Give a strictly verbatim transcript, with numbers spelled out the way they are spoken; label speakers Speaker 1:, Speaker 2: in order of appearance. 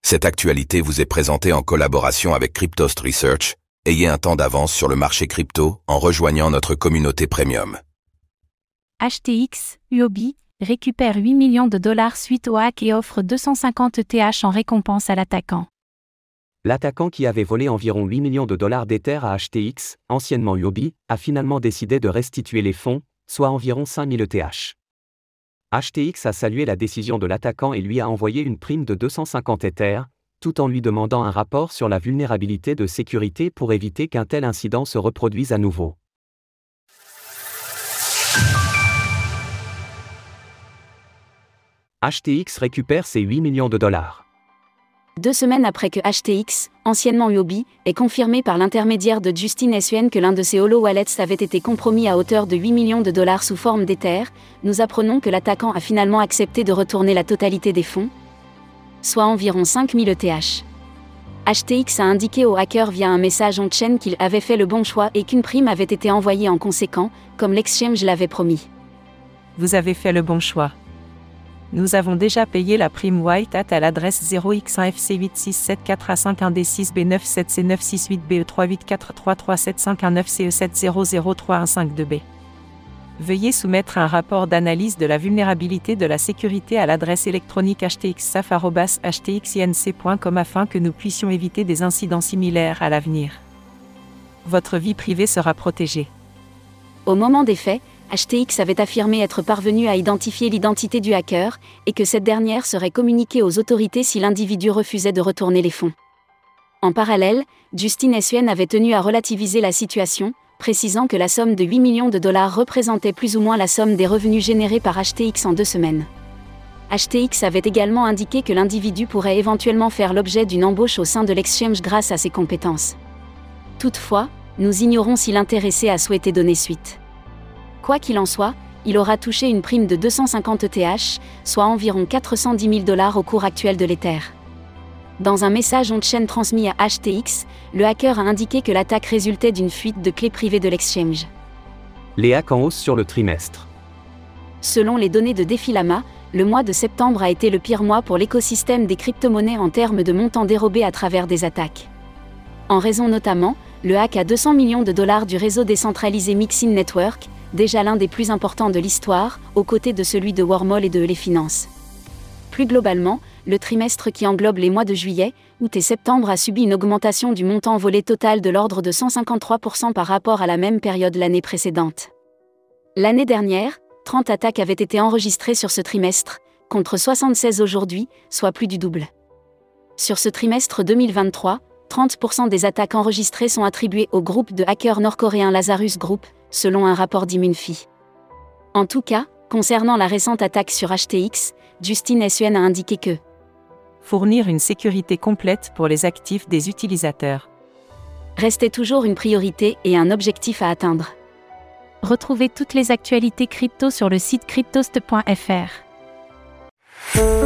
Speaker 1: Cette actualité vous est présentée en collaboration avec Cryptost Research. Ayez un temps d'avance sur le marché crypto en rejoignant notre communauté premium.
Speaker 2: H T X, Huobi, récupère huit millions de dollars suite au hack et offre deux cent cinquante E T H en récompense à l'attaquant.
Speaker 3: L'attaquant qui avait volé environ huit millions de dollars d'Ether à H T X, anciennement Huobi, a finalement décidé de restituer les fonds, soit environ cinq mille E T H. H T X a salué la décision de l'attaquant et lui a envoyé une prime de deux cent cinquante Ether, tout en lui demandant un rapport sur la vulnérabilité de sécurité pour éviter qu'un tel incident se reproduise à nouveau. H T X récupère ses huit millions de dollars.
Speaker 4: Deux semaines après que H T X, anciennement Huobi, ait confirmé par l'intermédiaire de Justin S U N que l'un de ses holo wallets avait été compromis à hauteur de huit millions de dollars sous forme d'Ether, nous apprenons que l'attaquant a finalement accepté de retourner la totalité des fonds, soit environ cinq mille E T H. H T X a indiqué au hacker via un message on-chain qu'il avait fait le bon choix et qu'une prime avait été envoyée en conséquent, comme l'exchange l'avait promis.
Speaker 5: Vous avez fait le bon choix. Nous avons déjà payé la prime White Hat à l'adresse zéro x un f c huit six sept quatre a cinq un d six b neuf sept c neuf six huit b e trois huit quatre trois trois sept cinq un neuf c e sept zéro zéro trois un cinq deux b. Veuillez soumettre un rapport d'analyse de la vulnérabilité de la sécurité à l'adresse électronique h t x s a f arobase h t x i n c point com afin que nous puissions éviter des incidents similaires à l'avenir. Votre vie privée sera protégée.
Speaker 4: Au moment des faits, H T X avait affirmé être parvenu à identifier l'identité du hacker, et que cette dernière serait communiquée aux autorités si l'individu refusait de retourner les fonds. En parallèle, Justin S U N avait tenu à relativiser la situation, précisant que la somme de huit millions de dollars représentait plus ou moins la somme des revenus générés par H T X en deux semaines. H T X avait également indiqué que l'individu pourrait éventuellement faire l'objet d'une embauche au sein de l'exchange grâce à ses compétences. Toutefois, nous ignorons si l'intéressé a souhaité donner suite. Quoi qu'il en soit, il aura touché une prime de deux cent cinquante E T H, soit environ quatre cent dix mille dollars au cours actuel de l'Ether. Dans un message on-chain transmis à H T X, le hacker a indiqué que l'attaque résultait d'une fuite de clés privées de l'exchange.
Speaker 3: Les hacks en hausse sur le trimestre.
Speaker 4: Selon les données de Defilama, le mois de septembre a été le pire mois pour l'écosystème des crypto-monnaies en termes de montants dérobés à travers des attaques. En raison notamment, le hack à deux cents millions de dollars du réseau décentralisé Mixin Network, déjà l'un des plus importants de l'histoire, aux côtés de celui de Wormhole et de Les Finances. Plus globalement, le trimestre qui englobe les mois de juillet, août et septembre a subi une augmentation du montant volé total de l'ordre de cent cinquante-trois pour cent par rapport à la même période l'année précédente. L'année dernière, trente attaques avaient été enregistrées sur ce trimestre, contre soixante-seize aujourd'hui, soit plus du double. Sur ce trimestre deux mille vingt-trois, trente pour cent des attaques enregistrées sont attribuées au groupe de hackers nord-coréen Lazarus Group, selon un rapport d'Immunfi. En tout cas, concernant la récente attaque sur H T X, Justin S U N a indiqué que
Speaker 5: fournir une sécurité complète pour les actifs des utilisateurs
Speaker 4: restait toujours une priorité et un objectif à atteindre.
Speaker 2: Retrouvez toutes les actualités crypto sur le site cryptost point f r.